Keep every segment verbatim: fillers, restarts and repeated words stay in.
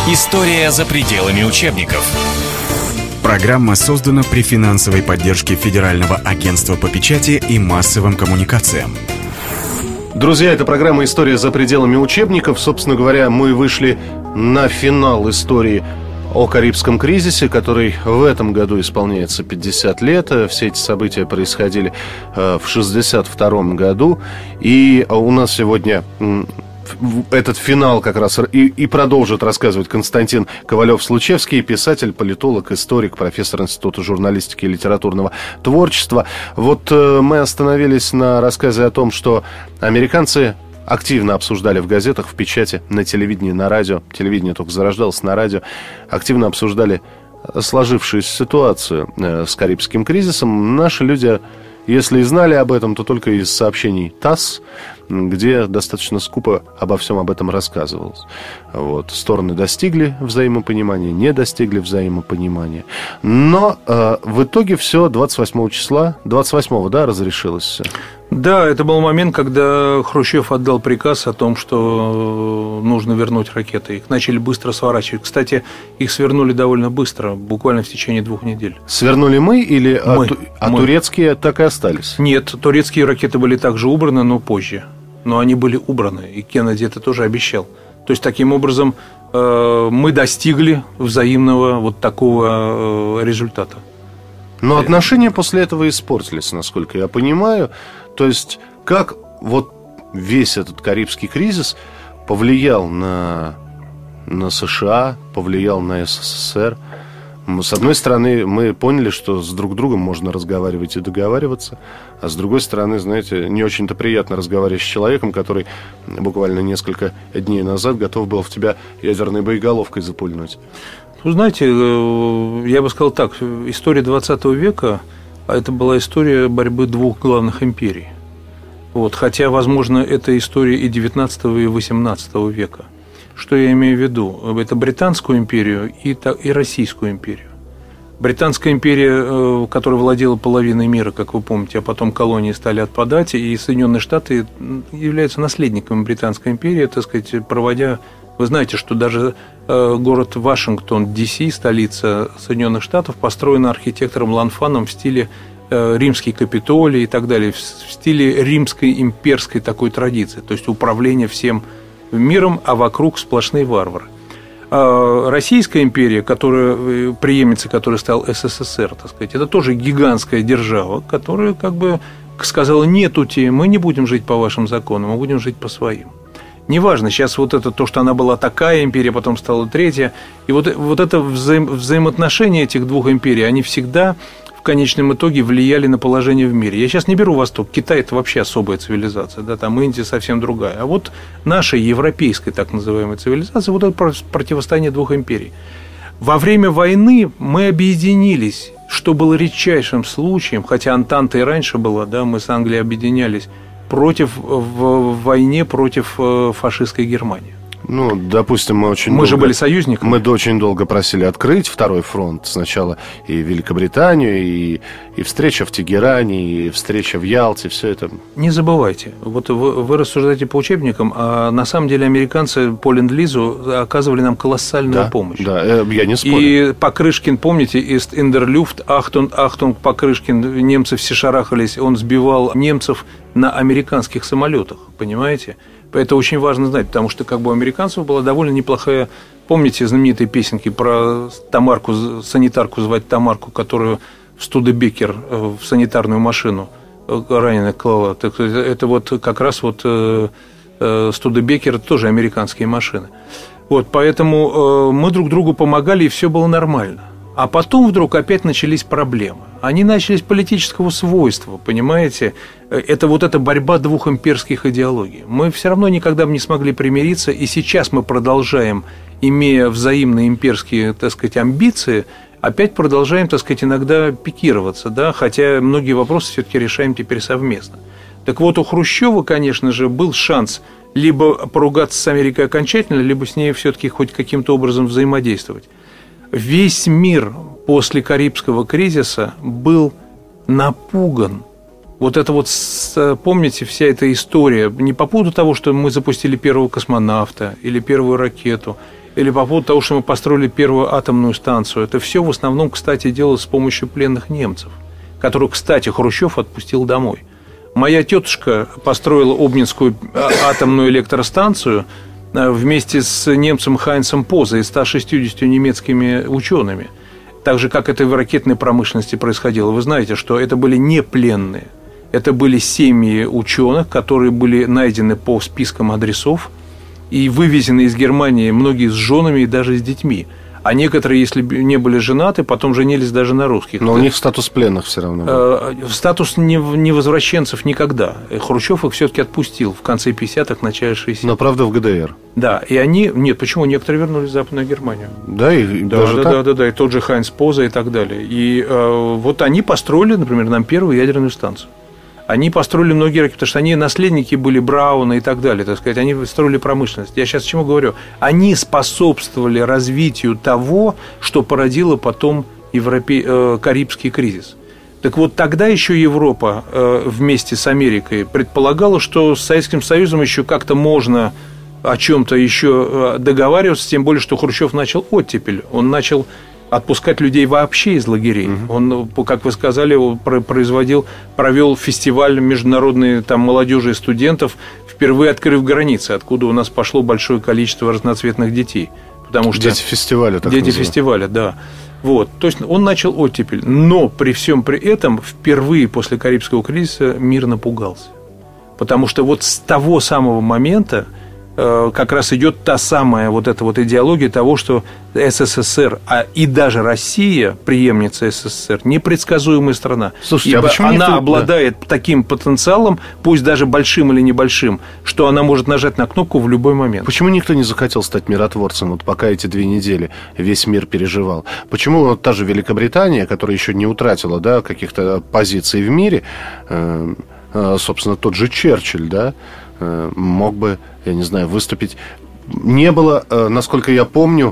История за пределами учебников. Программа создана при финансовой поддержке Федерального агентства по печати и массовым коммуникациям. Друзья, это программа «История за пределами учебников». Собственно говоря, мы вышли на финал истории о Карибском кризисе, который в этом году исполняется пятьдесят лет. Все эти события происходили в шестьдесят втором году. И у нас сегодня этот финал как раз и, и продолжит рассказывать Константин Ковалев-Случевский, писатель, политолог, историк, профессор Института журналистики и литературного творчества. Вот э, мы остановились на рассказе о том, что американцы активно обсуждали в газетах, в печати, на телевидении, на радио. Телевидение только зарождалось, на радио. Активно обсуждали сложившуюся ситуацию э, с Карибским кризисом. Наши люди, если и знали об этом, то только из сообщений ТАСС, где достаточно скупо обо всем об этом рассказывалось. Вот. Стороны достигли взаимопонимания, не достигли взаимопонимания. Но э, в итоге все двадцать восьмого числа, двадцать восьмого, да, разрешилось все? Да, это был момент, когда Хрущев отдал приказ о том, что нужно вернуть ракеты. Их начали быстро сворачивать. Кстати, их свернули довольно быстро, буквально в течение двух недель. Свернули мы или мы, а, а мы. турецкие так и остались? Нет, турецкие ракеты были также убраны, но позже. Но они были убраны, и Кеннеди это тоже обещал. То есть, таким образом, э, мы достигли взаимного вот такого э, результата. Но отношения после этого испортились, насколько я понимаю. То есть, как вот весь этот Карибский кризис повлиял на, на США, повлиял на СССР? С одной стороны, мы поняли, что с друг другом можно разговаривать и договариваться, а с другой стороны, знаете, не очень-то приятно разговаривать с человеком, который буквально несколько дней назад готов был в тебя ядерной боеголовкой запульнуть. Вы знаете, я бы сказал так, история двадцатого века, это была история борьбы двух главных империй. Вот, хотя, возможно, это история и девятнадцатого, и восемнадцатого века. Что я имею в виду? Это Британскую империю и, и Российскую империю. Британская империя, которая владела половиной мира, как вы помните, а потом колонии стали отпадать, и Соединенные Штаты являются наследниками Британской империи, так сказать, проводя... Вы знаете, что даже город Вашингтон, Ди Си, столица Соединенных Штатов, построена архитектором Ланфаном в стиле римский Капитолий и так далее, в стиле римской имперской такой традиции, то есть управление всем миром, а вокруг сплошные варвары. А Российская империя, которая, преемница которой стал СССР, так сказать, это тоже гигантская держава, которая как бы сказала: нетути, мы не будем жить по вашим законам, мы будем жить по своим. Неважно, сейчас вот это то, что она была такая империя, потом стала третья, и вот, вот это взаим, взаимоотношения этих двух империй, они всегда в конечном итоге влияли на положение в мире. Я сейчас не беру Восток. Китай – это вообще особая цивилизация, да, там Индия совсем другая. А вот наша европейская так называемая цивилизация, вот это противостояние двух империй. Во время войны мы объединились, что было редчайшим случаем, хотя Антанта и раньше была, да, мы с Англией объединялись, против, в, в войне против фашистской Германии. Ну, допустим, мы очень Мы долго, же были союзниками. Мы очень долго просили открыть второй фронт. Сначала и Великобританию, и, и встреча в Тегеране, и встреча в Ялте, все это. Не забывайте, вот вы, вы рассуждаете по учебникам, а на самом деле американцы по ленд-лизу оказывали нам колоссальную да, помощь. Да, я не спорю. И Покрышкин, помните, из Индерлюфт, Ахтунг, Ахтунг, Покрышкин, немцы все шарахались, он сбивал немцев на американских самолетах, понимаете? Это очень важно знать, потому что как бы у американцев была довольно неплохая... Помните знаменитые песенки про Тамарку, санитарку звать Тамарку, которую в Студебекер, в санитарную машину раненых клала? Это вот как раз вот Студебекер, тоже американские машины. Вот, поэтому мы друг другу помогали, и все было нормально. А потом вдруг опять начались проблемы. Они начались политического свойства, понимаете? Это вот эта борьба двух имперских идеологий. Мы все равно никогда бы не смогли примириться, и сейчас мы продолжаем, имея взаимные имперские, так сказать, амбиции, опять продолжаем, так сказать, иногда пикироваться, да? Хотя многие вопросы все-таки решаем теперь совместно. Так вот, у Хрущева, конечно же, был шанс либо поругаться с Америкой окончательно, либо с ней все-таки хоть каким-то образом взаимодействовать. Весь мир после Карибского кризиса был напуган. Вот это вот, помните, вся эта история, не по поводу того, что мы запустили первого космонавта или первую ракету, или по поводу того, что мы построили первую атомную станцию. Это все в основном, кстати, делалось с помощью пленных немцев, которых, кстати, Хрущев отпустил домой. Моя тетушка построила Обнинскую атомную электростанцию вместе с немцем Хайнцем Позе и ста шестьюдесятью немецкими учеными. Так же, как это в ракетной промышленности происходило. Вы знаете, что это были не пленные. Это были семьи ученых, которые были найдены по спискам адресов и вывезены из Германии, многие с женами и даже с детьми. А некоторые, если не были женаты, потом женились даже на русских. Но у них статус пленных все равно был. Статус невозвращенцев никогда. Хрущев их все-таки отпустил в конце пятидесятых, начале шестидесятых. Но правда в ГДР. Да, и они... Нет, почему? Некоторые вернулись в Западную Германию. Да, и да, даже да, так? да, да, да, и тот же Хайнц Поза и так далее. И э, вот они построили, например, нам первую ядерную станцию. Они построили многие ракеты, потому что они наследники были Брауна и так далее, так сказать, они строили промышленность. Я сейчас к чему говорю? Они способствовали развитию того, что породило потом Европе... э, Карибский кризис. Так вот, тогда еще Европа э, вместе с Америкой предполагала, что с Советским Союзом еще как-то можно о чем-то еще договариваться, тем более, что Хрущев начал оттепель, он начал отпускать людей вообще из лагерей. Угу. Он, как вы сказали, производил, провел фестиваль международной там, молодежи и студентов, впервые открыв границы, откуда у нас пошло большое количество разноцветных детей. Потому что дети фестиваля, так Дети называют. фестиваля, да. Вот. То есть он начал оттепель. Но при всем при этом впервые после Карибского кризиса мир напугался. Потому что вот с того самого момента как раз идет та самая вот эта вот идеология того, что СССР, а и даже Россия, преемница СССР, непредсказуемая страна. Слушайте, ибо а почему она никто... обладает да. таким потенциалом, пусть даже большим или небольшим, что она может нажать на кнопку в любой момент. Почему никто не захотел стать миротворцем, вот пока эти две недели весь мир переживал? Почему вот та же Великобритания, которая еще не утратила, да, каких-то позиций в мире, э, э, собственно, тот же Черчилль, да, э, мог бы, я не знаю, выступить. Не было, э, насколько я помню,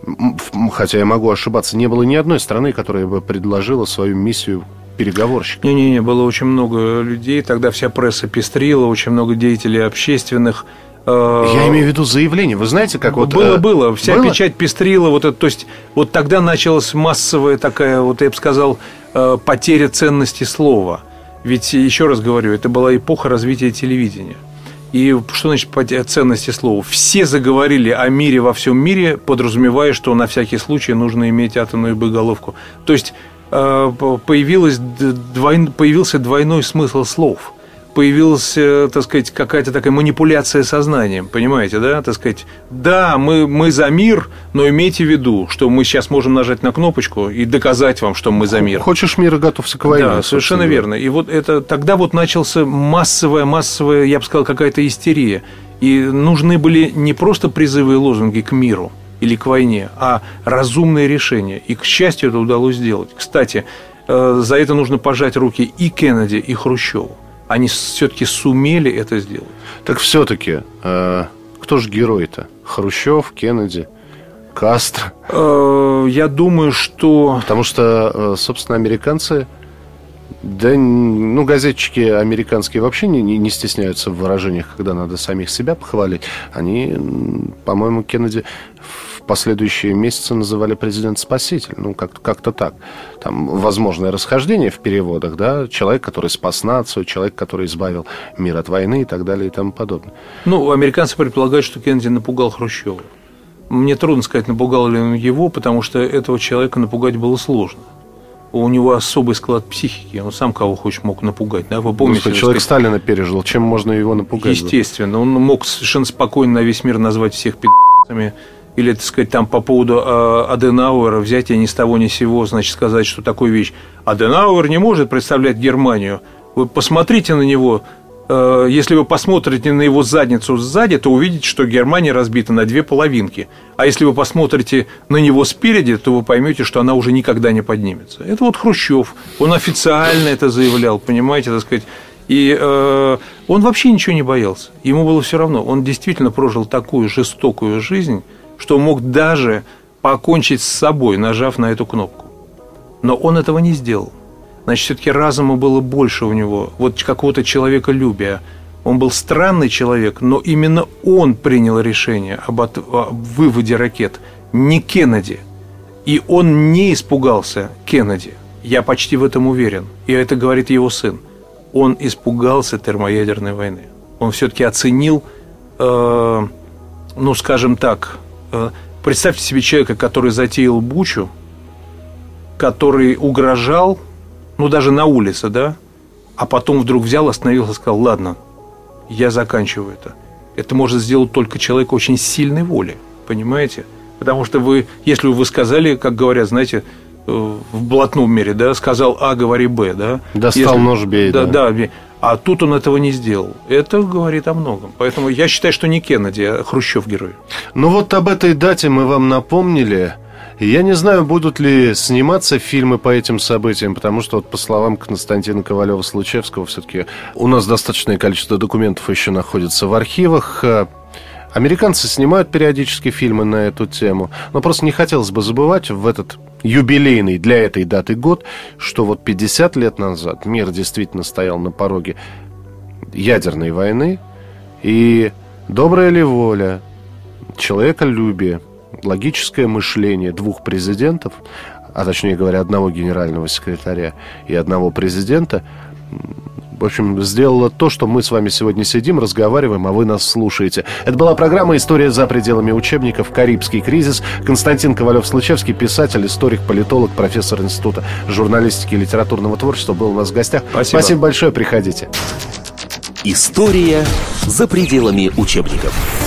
хотя я могу ошибаться, не было ни одной страны, которая бы предложила свою миссию переговорщика. Не-не-не, было очень много людей, тогда вся пресса пестрила, очень много деятелей общественных. Я имею в виду заявление. Вы знаете, как вот... Было, было. Вся было? печать пестрила. Вот это, то есть, вот тогда началась массовая такая, вот я бы сказал, потеря ценности слова. Ведь, еще раз говорю, это была эпоха развития телевидения. И что значит потеря ценности слова? Все заговорили о мире во всем мире, подразумевая, что на всякий случай нужно иметь атомную боеголовку. То есть, появилось двойной, появился двойной смысл слов. Появилась, так сказать, какая-то такая манипуляция сознанием, понимаете, да, так сказать, да, мы, мы за мир, но имейте в виду, что мы сейчас можем нажать на кнопочку и доказать вам, что мы за мир. Хочешь мира, готовься к войне. Да, совершенно верно. И вот это, тогда вот начался массовая, массовая, я бы сказал, какая-то истерия. И нужны были не просто призывы и лозунги к миру или к войне, а разумные решения. И, к счастью, это удалось сделать. Кстати, за это нужно пожать руки и Кеннеди, и Хрущеву. Они все-таки сумели это сделать. Так все-таки, э, кто же герой-то? Хрущев, Кеннеди, Кастро? Э, я думаю, что... Потому что, э, собственно, американцы... Да, ну, газетчики американские вообще не, не, не стесняются в выражениях, когда надо самих себя похвалить. Они, по-моему, Кеннеди в последующие месяцы называли президент-спаситель. Ну, как- как-то так. Там возможное расхождение в переводах, да. Человек, который спас нацию, человек, который избавил мир от войны и так далее и тому подобное. Ну, американцы предполагают, что Кеннеди напугал Хрущева. Мне трудно сказать, напугал ли он его, потому что этого человека напугать было сложно. У него особый склад психики, он сам кого хочешь мог напугать. Да? Вы помните, Господи, человек сказать, Сталина пережил, чем можно его напугать? естественно, он мог совершенно спокойно на весь мир назвать всех пи***цами. Или, так сказать, там по поводу э, Аденауэра взять и ни с того ни с сего, значит, сказать, что такую вещь. Аденауэр не может представлять Германию. Вы посмотрите на него. Э, если вы посмотрите на его задницу сзади, то увидите, что Германия разбита на две половинки. А если вы посмотрите на него спереди, то вы поймете, что она уже никогда не поднимется. Это вот Хрущев. Он официально это заявлял, понимаете, так сказать. И э, он вообще ничего не боялся. Ему было все равно. Он действительно прожил такую жестокую жизнь, что мог даже покончить с собой, нажав на эту кнопку. Но он этого не сделал. Значит, все-таки разума было больше у него, вот какого-то человеколюбия. Он был странный человек, но именно он принял решение об, от... о выводе ракет, не Кеннеди. И он не испугался Кеннеди. Я почти в этом уверен. И это говорит его сын. Он испугался термоядерной войны. Он все-таки оценил, э, ну, скажем так, э, представьте себе человека, который затеял бучу, который угрожал, ну, даже на улице, да, а потом вдруг взял, остановился и сказал: ладно, я заканчиваю это. Это может сделать только человек очень сильной воли, понимаете? Потому что вы, если вы сказали, как говорят, знаете, в блатном мире, да, сказал А, говори Б, да. Достал если, нож, бей, да. Да, да. А тут он этого не сделал. Это говорит о многом. Поэтому я считаю, что не Кеннеди, а Хрущев герой. Ну вот об этой дате мы вам напомнили. Я не знаю, будут ли сниматься фильмы по этим событиям, потому что, вот, по словам Константина Ковалева-Случевского, все-таки у нас достаточное количество документов еще находится в архивах. Американцы снимают периодически фильмы на эту тему, но просто не хотелось бы забывать в этот юбилейный для этой даты год, что вот пятьдесят лет назад мир действительно стоял на пороге ядерной войны, и добрая ли воля, человеколюбие, логическое мышление двух президентов, а точнее говоря, одного генерального секретаря и одного президента, в общем, сделала то, что мы с вами сегодня сидим, разговариваем, а вы нас слушаете. Это была программа «История за пределами учебников. Карибский кризис». Константин Ковалев-Случевский, писатель, историк, политолог, профессор Института журналистики и литературного творчества, был у нас в гостях. Спасибо. Спасибо большое, приходите. История за пределами учебников.